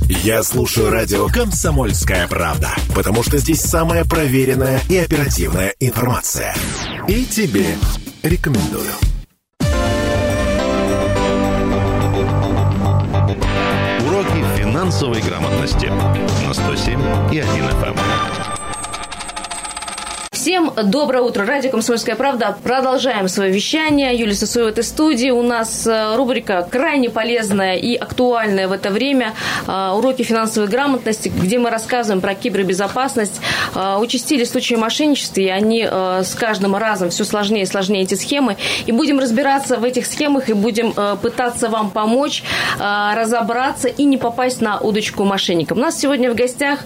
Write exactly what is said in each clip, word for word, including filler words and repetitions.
Я слушаю радио «Комсомольская правда», потому что здесь самая проверенная и оперативная информация. И тебе рекомендую. Уроки финансовой грамотности на сто семь и один эф эм. Всем доброе утро. Радио «Комсомольская правда». Продолжаем свое вещание. Юлия Сысоева в этой студии. У нас рубрика крайне полезная и актуальная в это время. Уроки финансовой грамотности, где мы рассказываем про кибербезопасность. Участились случаи мошенничества, и они с каждым разом все сложнее и сложнее, эти схемы. И будем разбираться в этих схемах, и будем пытаться вам помочь разобраться и не попасть на удочку мошенникам. У нас сегодня в гостях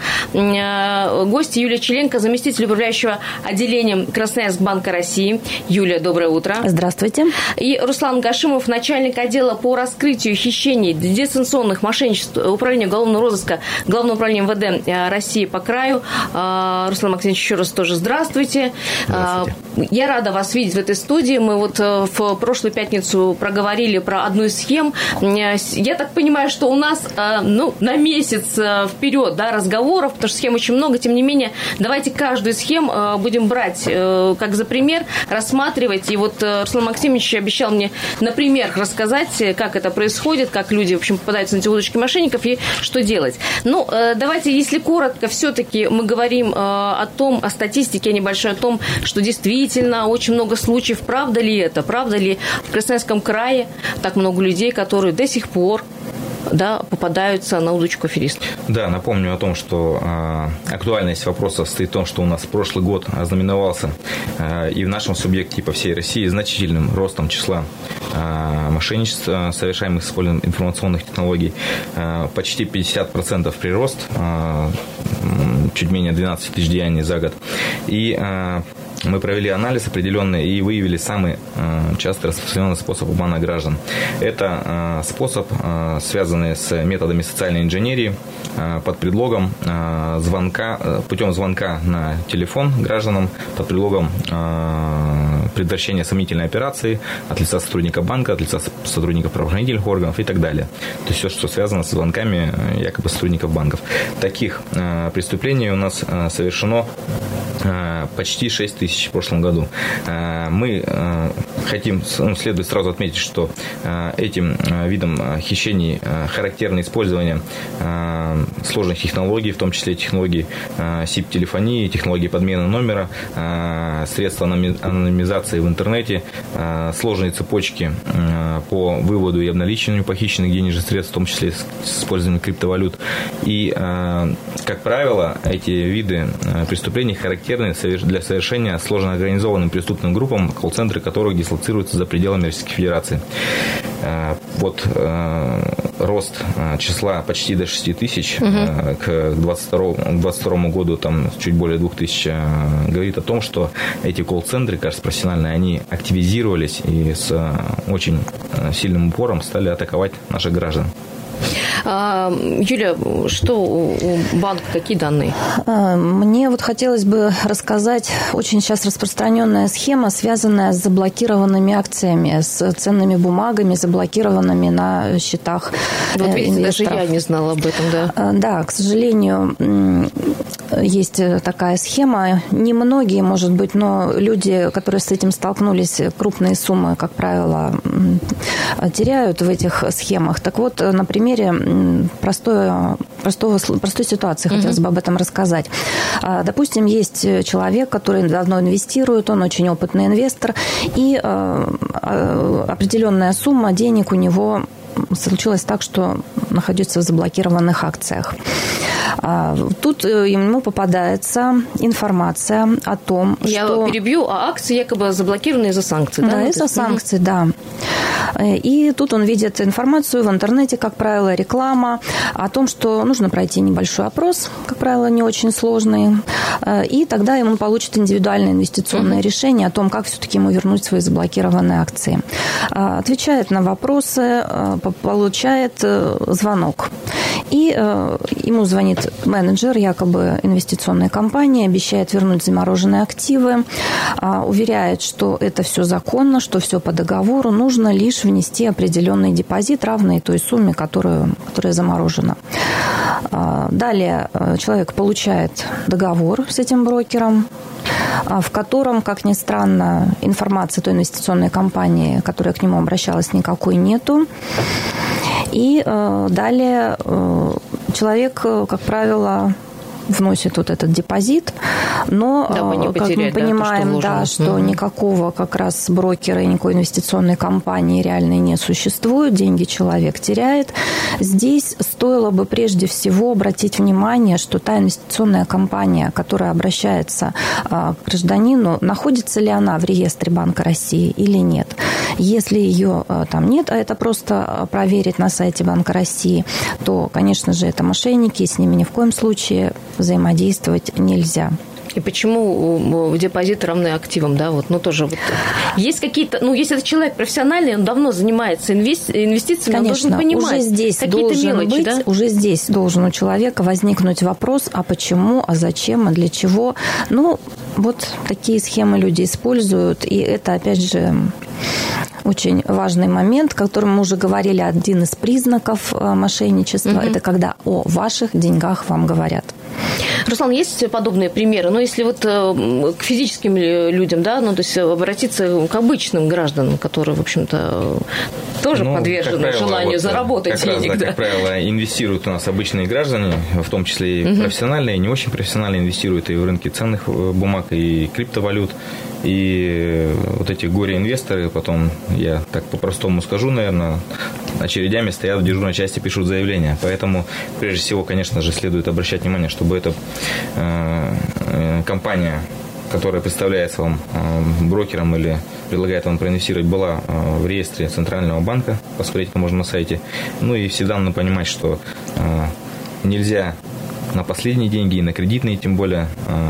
гость Юлия Челенко, заместитель управляющего отделением Красноярскбанка России. Юлия, доброе утро. Здравствуйте. И Руслан Гашимов, начальник отдела по раскрытию хищений, дистанционных мошенничеств Управления уголовного розыска Главного управления эм вэ дэ России по краю. Руслан Максимович, еще раз тоже здравствуйте. Здравствуйте. Я рада вас видеть в этой студии. Мы вот в прошлую пятницу проговорили про одну из схем. Я так понимаю, что у нас ну, на месяц вперед, да, разговоров, потому что схем очень много. Тем не менее, давайте каждую из схем будем брать э, как за пример, рассматривать. И вот э, Руслан Максимович обещал мне на примерах рассказать, как это происходит, как люди, в общем, попадаются на эти удочки мошенников и что делать. Ну, э, давайте, если коротко, все-таки мы говорим э, о том, о статистике небольшой, о том, что действительно очень много случаев. Правда ли это? Правда ли в Красноярском крае так много людей, которые до сих пор да, попадаются на удочку аферистов? Да, напомню о том, что э, актуальность вопроса состоит в том, что у нас прошлый год ознаменовался э, и в нашем субъекте, и по всей России значительным ростом числа э, мошенничеств, э, совершаемых с использованием информационных технологий. Э, почти пятьдесят процентов прирост, э, чуть менее двенадцать тысяч деяний за год. И э, мы провели анализ определенный и выявили самый э, часто распространенный способ обмана граждан. Это э, способ, э, связанный с методами социальной инженерии э, под предлогом э, звонка, э, путем звонка на телефон гражданам, под предлогом э, предотвращения сомнительной операции от лица сотрудника банка, от лица сотрудников правоохранительных органов и так далее. То есть все, что связано с звонками э, якобы сотрудников банков. Таких э, преступлений у нас э, совершено э, почти шесть тысяч в прошлом году. Мы хотим, ну, следует сразу отметить, что этим видом хищений характерно использование сложных технологий, в том числе технологий сип-телефонии, технологии подмены номера, средства анонимизации в интернете, сложные цепочки по выводу и обналичиванию похищенных денежных средств, в том числе с использованием криптовалют. И, как правило, эти виды преступлений характерны для совершения сложно организованным преступным группам, колл-центры которых дислоцируются за пределами Российской Федерации. Вот рост числа почти до шести тысяч угу. к двадцать второму году там чуть более двух тысяч говорит о том, что эти колл-центры, кажется, профессиональные, они активизировались и с очень сильным упором стали атаковать наших граждан. Юля, что у банка, какие данные? Мне вот хотелось бы рассказать, очень сейчас распространенная схема, связанная с заблокированными акциями, с ценными бумагами, заблокированными на счетах вот, видите, инвесторов. Даже я не знала об этом, да. Да, к сожалению, есть такая схема. Немногие, может быть, но люди, которые с этим столкнулись, крупные суммы, как правило, теряют в этих схемах. Так вот, на примере простой, простого, простой ситуации хотелось бы об этом рассказать. Допустим, есть человек, который давно инвестирует, он очень опытный инвестор, и определенная сумма денег у него случилось так, что находится в заблокированных акциях. Тут ему попадается информация о том, Я что... Я перебью, а акции якобы заблокированы из-за санкций, да? Да, из-за санкций, да. И тут он видит информацию в интернете, как правило, реклама о том, что нужно пройти небольшой опрос, как правило, не очень сложный, и тогда ему получит индивидуальное инвестиционное uh-huh. решение о том, как все-таки ему вернуть свои заблокированные акции. Отвечает на вопросы, получает звонок. И ему звонит менеджер, якобы инвестиционной компании, обещает вернуть замороженные активы, уверяет, что это все законно, что все по договору, нужно лишь внести определенный депозит, равный той сумме, которую, которая заморожена. Далее человек получает договор с этим брокером, в котором, как ни странно, информации той инвестиционной компании, которая к нему обращалась, никакой нету. И далее человек, как правило, вносит вот этот депозит, но, да, как мы понимаем, да, то, что, да, что угу. никакого как раз брокера и никакой инвестиционной компании реальной не существует, деньги человек теряет. Здесь стоило бы прежде всего обратить внимание, что та инвестиционная компания, которая обращается к гражданину, находится ли она в реестре Банка России или нет. Если ее там нет, а это просто проверить на сайте Банка России, то, конечно же, это мошенники, и с ними ни в коем случае взаимодействовать нельзя. И почему депозиты равны активам, да, вот, ну, тоже вот. Есть какие-то, ну, если это человек профессиональный, он давно занимается инвестициями, конечно, он должен понимать уже здесь какие-то должен мелочи, быть, да? Уже здесь должен у человека возникнуть вопрос, а почему, а зачем, а для чего. Ну, вот такие схемы люди используют, и это, опять же, очень важный момент, о котором мы уже говорили, один из признаков мошенничества, угу. это когда о ваших деньгах вам говорят. Руслан, есть подобные примеры? Ну, если вот к физическим людям, да, ну, то есть обратиться к обычным гражданам, которые, в общем-то, тоже ну, подвержены правило, желанию вот, заработать как денег. Раз, да, да. Как правило, инвестируют у нас обычные граждане, в том числе и угу. профессиональные, и не очень профессиональные, инвестируют и в рынке ценных бумаг, и криптовалют. И вот эти горе-инвесторы, потом, я так по-простому скажу, наверное, очередями стоят в дежурной части, пишут заявления. Поэтому, прежде всего, конечно же, следует обращать внимание, чтобы эта э, компания, которая представляется вам э, брокером или предлагает вам проинвестировать, была э, в реестре Центрального банка, посмотреть это можно на сайте. Ну и всегда надо понимать, что э, нельзя на последние деньги и на кредитные, тем более,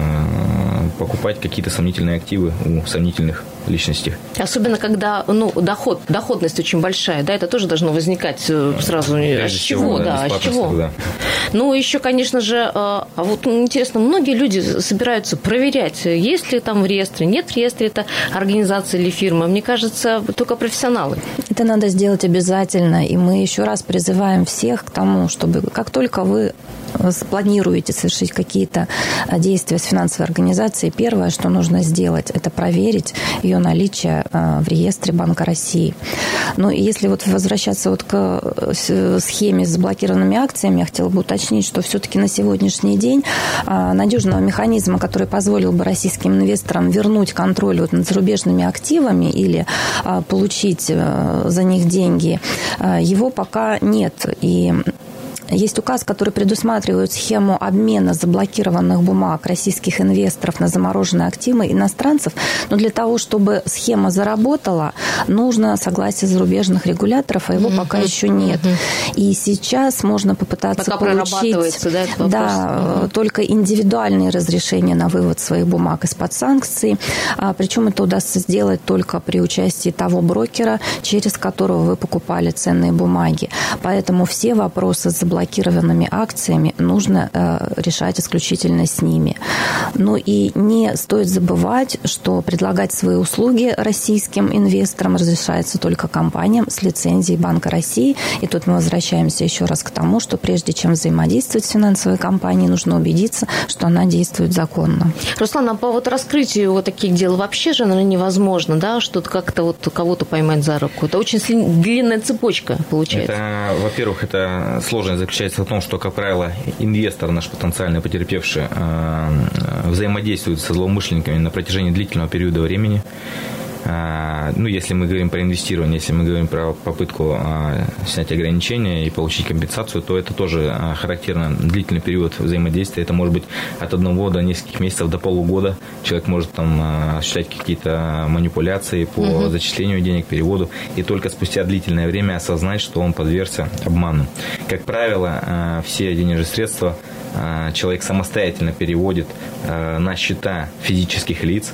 покупать какие-то сомнительные активы у сомнительных личностей. Особенно, когда ну, доход, доходность очень большая, да, это тоже должно возникать сразу. Прежде а с чего, да, а с чего? Да. Ну, еще, конечно же, а вот интересно, многие люди собираются проверять, есть ли там в реестре, нет в реестре это организация или фирма. Мне кажется, только профессионалы. Это надо сделать обязательно, и мы еще раз призываем всех к тому, чтобы как только вы спланируете совершить какие-то действия с финансовой организацией, первое, что нужно сделать, это проверить ее наличие в реестре Банка России. Ну, и если вот возвращаться вот к схеме с заблокированными акциями, я хотела бы уточнить, что все-таки на сегодняшний день надежного механизма, который позволил бы российским инвесторам вернуть контроль вот над зарубежными активами или получить за них деньги, его пока нет. И есть указ, который предусматривает схему обмена заблокированных бумаг российских инвесторов на замороженные активы иностранцев. Но для того, чтобы схема заработала, нужно согласие зарубежных регуляторов, а его mm-hmm. пока еще нет. Mm-hmm. И сейчас можно попытаться пока получить да, этот вопрос. Да, mm-hmm. только индивидуальные разрешения на вывод своих бумаг из-под санкций. А, причем это удастся сделать только при участии того брокера, через которого вы покупали ценные бумаги. Поэтому все вопросы с заблокированными блокированными акциями нужно э, решать исключительно с ними. Ну и не стоит забывать, что предлагать свои услуги российским инвесторам разрешается только компаниям с лицензией Банка России. И тут мы возвращаемся еще раз к тому, что прежде чем взаимодействовать с финансовой компанией, нужно убедиться, что она действует законно. Руслан, а по вот раскрытию вот таких дел вообще же, наверное, невозможно, да, что-то как-то вот кого-то поймать за руку. Это очень длинная цепочка получается. Это, во-первых, это сложность заключается в том, что, как правило, инвестор, наш потенциально потерпевший, взаимодействует со злоумышленниками на протяжении длительного периода времени. Ну, если мы говорим про инвестирование, если мы говорим про попытку снять ограничения и получить компенсацию, то это тоже характерно длительный период взаимодействия. Это может быть от одного до нескольких месяцев, до полугода. Человек может там осуществлять какие-то манипуляции по угу. зачислению денег, переводу, и только спустя длительное время осознать, что он подвергся обману. Как правило, все денежные средства человек самостоятельно переводит на счета физических лиц.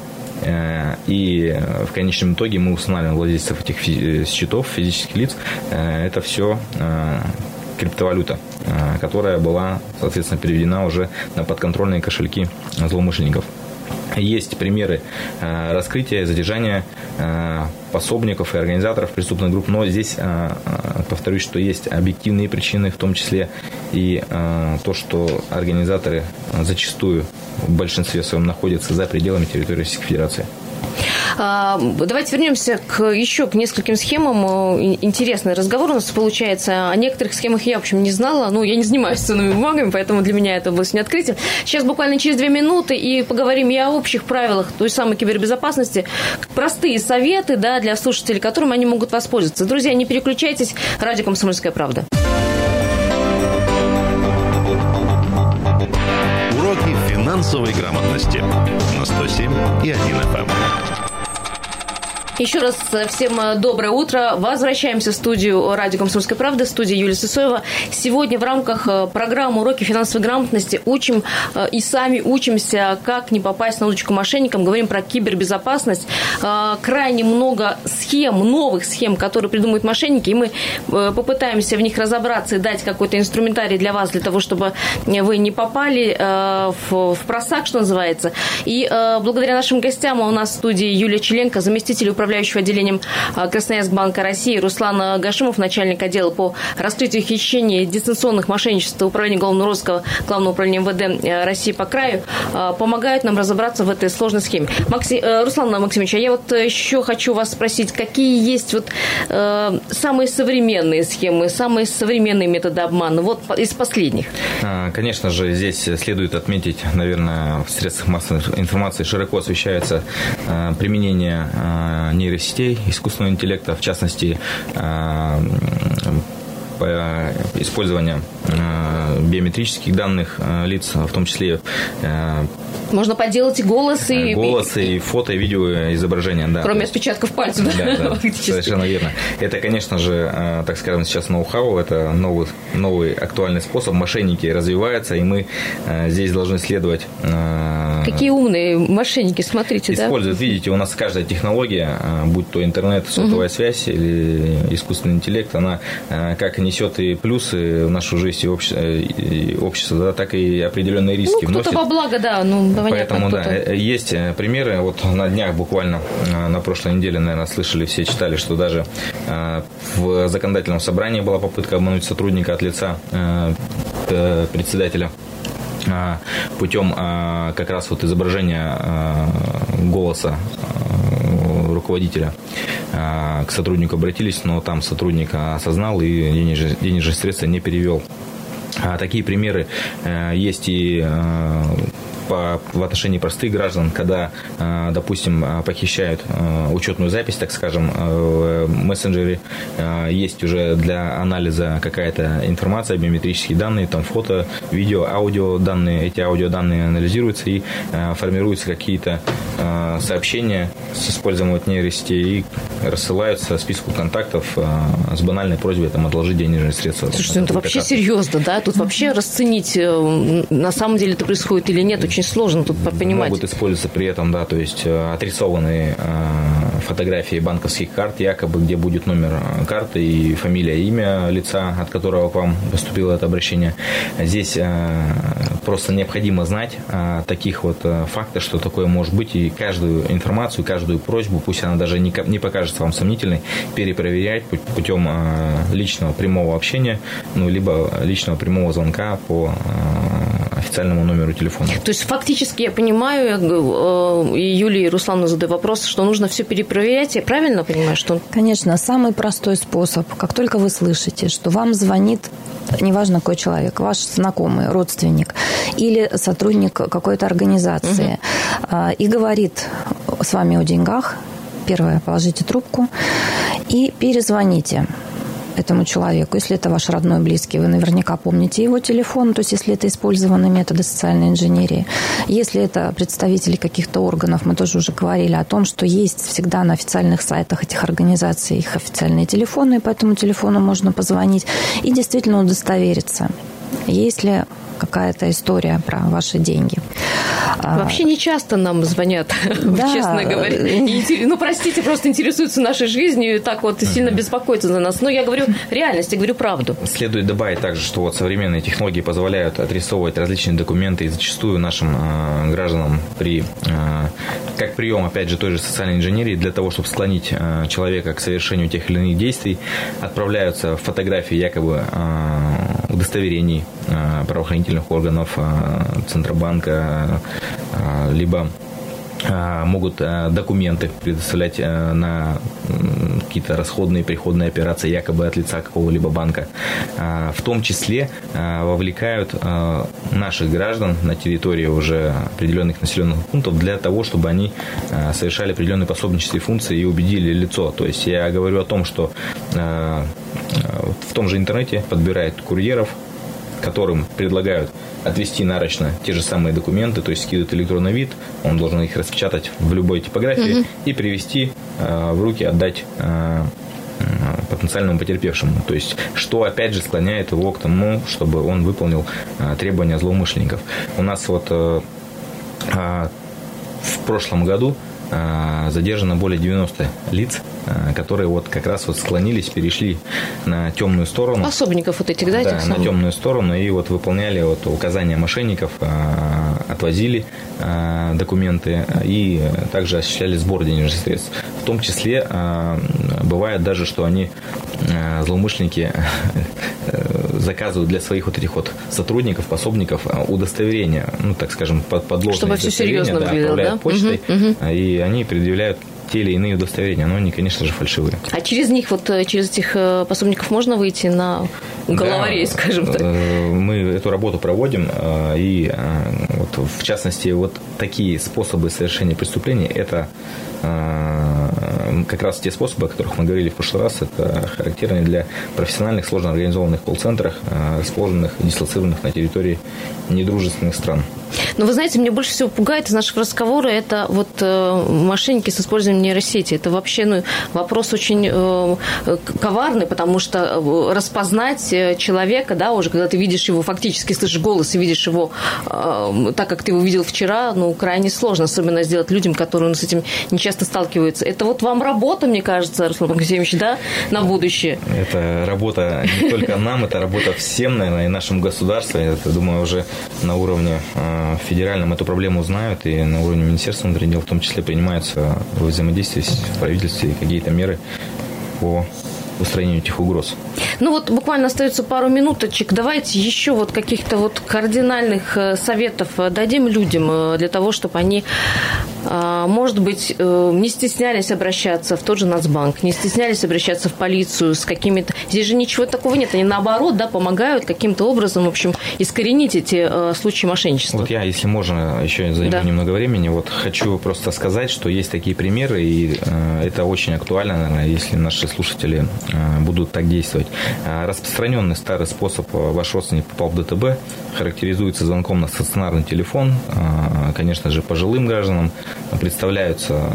И в конечном итоге мы устанавливаем владельцев этих счетов, физических лиц. Это все криптовалюта, которая была, соответственно, переведена уже на подконтрольные кошельки злоумышленников. Есть примеры раскрытия, задержания пособников и организаторов преступных групп. Но здесь, повторюсь, что есть объективные причины, в том числе и то, что организаторы зачастую в большинстве своем находятся за пределами территории Российской Федерации. Давайте вернемся к, еще к нескольким схемам. Интересный разговор у нас получается. О некоторых схемах я, в общем, не знала. Ну, я не занимаюсь ценными бумагами, поэтому для меня это было не открытие. Сейчас буквально через две минуты и поговорим и о общих правилах той самой кибербезопасности. Простые советы, да, для слушателей, которыми они могут воспользоваться. Друзья, не переключайтесь. Радио «Комсомольская правда». Уроки финансовой грамотности на сто семь и один эф эм. Еще раз всем доброе утро. Возвращаемся в студию радио «Комсомольская правда», в студии Юлия Сысоева. Сегодня в рамках программы «Уроки финансовой грамотности» учим и сами учимся, как не попасть на удочку мошенникам. Говорим про кибербезопасность. Крайне много схем, новых схем, которые придумывают мошенники, и мы попытаемся в них разобраться и дать какой-то инструментарий для вас, для того, чтобы вы не попали в просак, что называется. И благодаря нашим гостям у нас в студии Юлия Челенко, заместитель управляющего управляющего отделением Красноярскбанка России, Руслан Гашимов, начальник отдела по раскрытию хищений дистанционных мошенничеств Управления уголовного розыска Главного управления эм вэ дэ России по краю, помогают нам разобраться в этой сложной схеме. Макси... Руслан Максимович, а я вот еще хочу вас спросить, какие есть вот э, самые современные схемы, самые современные методы обмана, вот из последних? Конечно же, здесь следует отметить, наверное, в средствах массовой информации широко освещается э, применение э, нейросетей, искусственного интеллекта, в частности, использование биометрических данных лиц, в том числе можно подделать и голос, и... Голос, и фото, и видео, изображения, да. Кроме отпечатков пальцев, да? Да, да, совершенно верно. Это, конечно же, так скажем, сейчас ноу-хау, это новый, новый актуальный способ. Мошенники развиваются, и мы здесь должны следовать... Какие умные мошенники, смотрите, да? Используют, видите, у нас каждая технология, будь то интернет, сотовая угу. связь или искусственный интеллект, она как несет и плюсы в нашу жизнь и общество, и общество да, так и определенные риски. Ну, кто-то вносит. Во благо, да, ну, Поэтому, понятно, да, есть примеры. Вот на днях буквально, на прошлой неделе, наверное, слышали, все читали, что даже в законодательном собрании была попытка обмануть сотрудника от лица председателя путем как раз вот изображения голоса руководителя. К сотруднику обратились, но там сотрудник осознал и денежные, денежные средства не перевел. Такие примеры есть и по, в отношении простых граждан, когда, допустим, похищают учетную запись, так скажем, в мессенджере, есть уже для анализа какая-то информация, биометрические данные, там фото, видео, аудио данные, эти аудиоданные анализируются и формируются какие-то сообщения с использованием нейросетей и рассылаются списку контактов с банальной просьбой там, отложить денежные средства. Слушайте, ну это вообще серьезно, да? Тут вообще расценить, на самом деле это происходит или нет, очень сложно тут понимать. Могут использоваться при этом, да, то есть отрисованные фотографии банковских карт, якобы, где будет номер карты и фамилия, имя лица, от которого к вам поступило это обращение. Здесь просто необходимо знать таких вот фактов, что такое может быть, и каждую информацию, каждую просьбу, пусть она даже не, не покажется вам сомнительной, перепроверять путем личного прямого общения, ну, либо личного прямого звонка по официальному номеру телефона. То есть фактически я понимаю, и Юлии, и Руслану задаю вопрос, что нужно все перепроверять. Я правильно понимаю, что... Конечно, самый простой способ. Как только вы слышите, что вам звонит, неважно какой человек, ваш знакомый, родственник или сотрудник какой-то организации, угу. и говорит с вами о деньгах, первое, положите трубку и перезвоните этому человеку. Если это ваш родной, близкий, вы наверняка помните его телефон, то есть если это использованы методы социальной инженерии. Если это представители каких-то органов, мы тоже уже говорили о том, что есть всегда на официальных сайтах этих организаций их официальные телефоны, и по этому телефону можно позвонить и действительно удостовериться. Если какая-то история про ваши деньги. Вообще не часто нам звонят, да. честно говоря. И, ну, простите, просто интересуются нашей жизнью и так вот сильно беспокоятся за нас. Но я говорю реальность, я говорю правду. Следует добавить также, что вот современные технологии позволяют отрисовывать различные документы, и зачастую нашим э, гражданам при, э, как прием, опять же, той же социальной инженерии, для того, чтобы склонить э, человека к совершению тех или иных действий, отправляются фотографии якобы э, удостоверений э, правоохранительных органов, э, Центробанка, э, либо могут документы предоставлять на какие-то расходные, приходные операции якобы от лица какого-либо банка. В том числе вовлекают наших граждан на территории уже определенных населенных пунктов для того, чтобы они совершали определенные пособнические функции и убедили лицо. То есть я говорю о том, что в том же интернете подбирают курьеров, которым предлагают отвести нарочно те же самые документы, то есть скидывают электронный вид, он должен их распечатать в любой типографии mm-hmm. и привести э, в руки, отдать э, потенциальному потерпевшему. То есть, что опять же склоняет его к тому, чтобы он выполнил э, требования злоумышленников. У нас вот э, э, в прошлом году э, задержано более девяноста лиц, которые вот как раз вот склонились, перешли на темную сторону. Пособников вот этих, да? Да, этих на темную сторону, и вот выполняли вот указания мошенников, отвозили документы и также осуществляли сбор денежных средств. В том числе бывает даже, что они, злоумышленники, заказывают для своих вот этих вот сотрудников, пособников удостоверения, ну, так скажем, подложные чтобы удостоверения, все серьезно да, выглядело, отправляют да? почтой, угу, угу. и они предъявляют те или иные удостоверения, но они, конечно же, фальшивые. А через них, вот через этих пособников можно выйти на головарей, да, скажем так? Мы эту работу проводим, и вот, в частности, вот такие способы совершения преступления, это как раз те способы, о которых мы говорили в прошлый раз, это характерны для профессиональных, сложно организованных колл-центров, расположенных и дислоцированных на территории недружественных стран. Но вы знаете, мне больше всего пугает из нашего разговора это вот э, мошенники с использованием нейросети. Это вообще ну, вопрос очень э, коварный, потому что распознать человека, да, уже когда ты видишь его, фактически слышишь голос и видишь его э, так, как ты его видел вчера, ну, крайне сложно, особенно сделать людям, которые ну, с этим не часто сталкиваются. Это вот вам работа, мне кажется, Руслан Максимович, да, на будущее? Это работа не только нам, это работа всем, наверное, и нашему государству. Я думаю, уже на уровне э, федеральном эту проблему знают, и на уровне Министерства внутренних дел в том числе принимаются во взаимодействии в правительстве какие-то меры по устранению этих угроз. Ну вот буквально остается пару минуточек. Давайте еще вот каких-то вот кардинальных советов дадим людям для того, чтобы они, может быть, не стеснялись обращаться в тот же Нацбанк, не стеснялись обращаться в полицию с какими-то... Здесь же ничего такого нет. Они наоборот, да, помогают каким-то образом, в общем, искоренить эти случаи мошенничества. Вот я, если можно, еще займу да. немного времени, вот хочу просто сказать, что есть такие примеры, и это очень актуально, наверное, если наши слушатели будут так действовать. Распространенный старый способ: ваш родственник попал в ДТБ, характеризуется звонком на стационарный телефон, конечно же, пожилым гражданам, представляются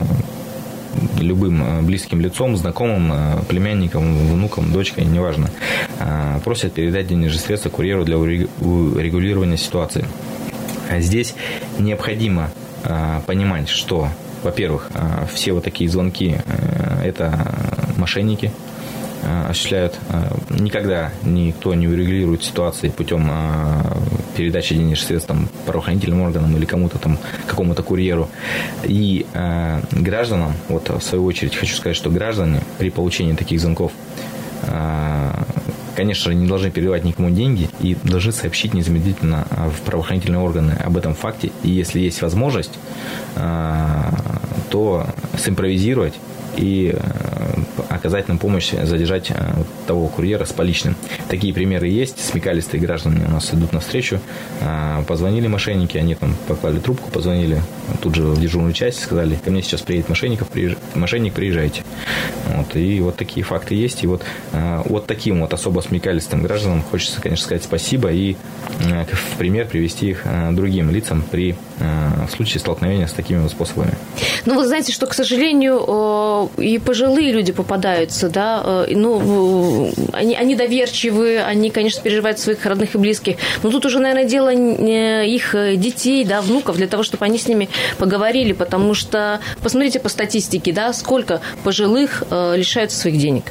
любым близким лицом, знакомым, племянником, внуком, дочкой, неважно, просят передать денежные средства курьеру для урегулирования ситуации. Здесь необходимо понимать, что, во-первых, все вот такие звонки – это мошенники, осуществляют. Никогда никто не урегулирует ситуации путем передачи денежных средств там, правоохранительным органам или кому-то там, какому-то курьеру. И э, гражданам, вот в свою очередь хочу сказать, что граждане при получении таких звонков, э, конечно же, не должны передавать никому деньги и должны сообщить незамедлительно в правоохранительные органы об этом факте. И если есть возможность, э, то симпровизировать и оказать нам помощь задержать того курьера с поличным. Такие примеры есть. Смекалистые граждане у нас идут навстречу. Позвонили мошенники, они там поклали трубку, позвонили тут же в дежурную часть, сказали: ко мне сейчас приедет мошенников, приезж... мошенник, приезжайте. Вот. И вот такие факты есть. И вот, вот таким вот особо смекалистым гражданам хочется, конечно, сказать спасибо и в пример привести их другим лицам при в случае столкновения с такими вот способами. Ну, вы знаете, что, к сожалению, и пожилые люди попадаются, да, ну, они, они доверчивы, они, конечно, переживают своих родных и близких, но тут уже, наверное, дело их детей, да, внуков, для того, чтобы они с ними поговорили, потому что, посмотрите по статистике, да, сколько пожилых лишаются своих денег.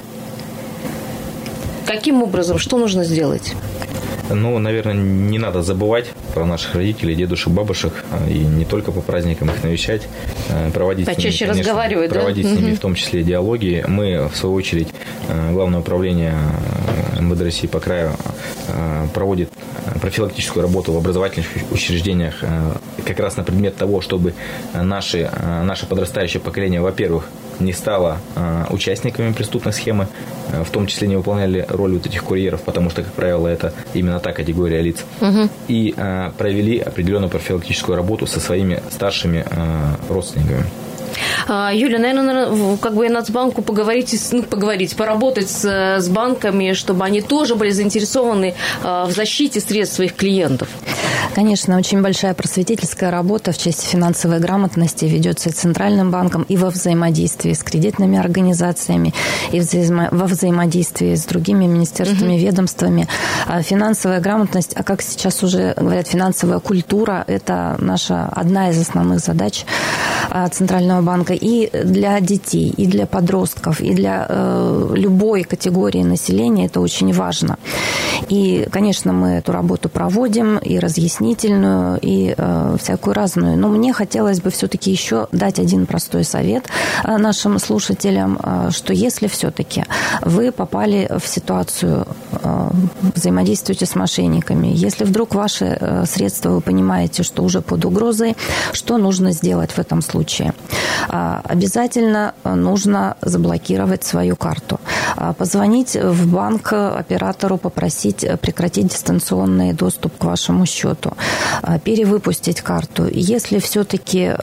Каким образом, что нужно сделать? Ну, наверное, не надо забывать про наших родителей, дедушек, бабушек, и не только по праздникам их навещать, проводить Почаще с ними, конечно, разговаривать, проводить да? с ними угу. в том числе диалоги. Мы, в свою очередь, Главное управление эм вэ дэ России по краю проводит профилактическую работу в образовательных учреждениях как раз на предмет того, чтобы наши, наше подрастающее поколение, во-первых, не стало участниками преступной схемы, в том числе не выполняли роль вот этих курьеров, потому что, как правило, это именно та категория лиц, угу. и провели определенную профилактическую работу со своими старшими родственниками. Юля, наверное, как бы и Нацбанку поговорить, ну, поговорить, поработать с, с банками, чтобы они тоже были заинтересованы в защите средств своих клиентов. Конечно, очень большая просветительская работа в части финансовой грамотности ведется и Центральным банком, и во взаимодействии с кредитными организациями, и во взаимодействии с другими министерствами, угу. ведомствами. Финансовая грамотность, а как сейчас уже говорят, финансовая культура – это наша одна из основных задач Центрального банка и для детей, и для подростков, и для э, любой категории населения это очень важно. И, конечно, мы эту работу проводим, и разъяснительную, и э, всякую разную. Но мне хотелось бы все-таки еще дать один простой совет э, нашим слушателям, э, что если все-таки вы попали в ситуацию, э, взаимодействуете с мошенниками, если вдруг ваши э, средства, вы понимаете, что уже под угрозой, что нужно сделать в этом случае? Обязательно нужно заблокировать свою карту. Позвонить в банк оператору, попросить прекратить дистанционный доступ к вашему счету, перевыпустить карту. Если все-таки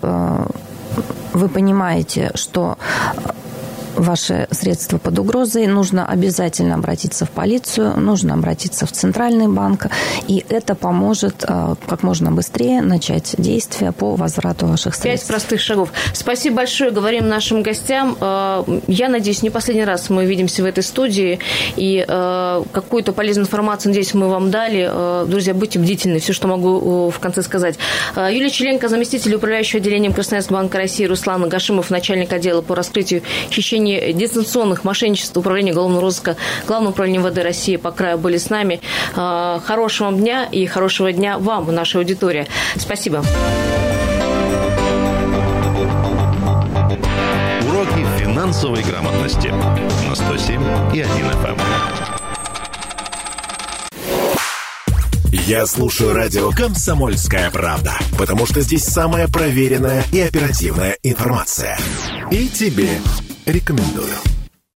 вы понимаете, что ваши средства под угрозой, нужно обязательно обратиться в полицию, нужно обратиться в Центральный банк, и это поможет как можно быстрее начать действия по возврату ваших средств. Пять простых шагов. Спасибо большое, говорим нашим гостям. Я надеюсь, не последний раз мы увидимся в этой студии, и какую-то полезную информацию, надеюсь, мы вам дали. Друзья, будьте бдительны, все, что могу в конце сказать. Юлия Челенко, заместитель управляющего отделением Красноярского банка России, Руслан Гашимов, начальник отдела по раскрытию хищения дистанционных мошенничеств Управления уголовного розыска Главного управления эм вэ дэ России по краю были с нами. Хорошего вам дня и хорошего дня вам, наша аудитория. Спасибо. Уроки финансовой грамотности на сто семь и один эф эм. Я слушаю радио «Комсомольская правда», потому что здесь самая проверенная и оперативная информация. И тебе рекомендую.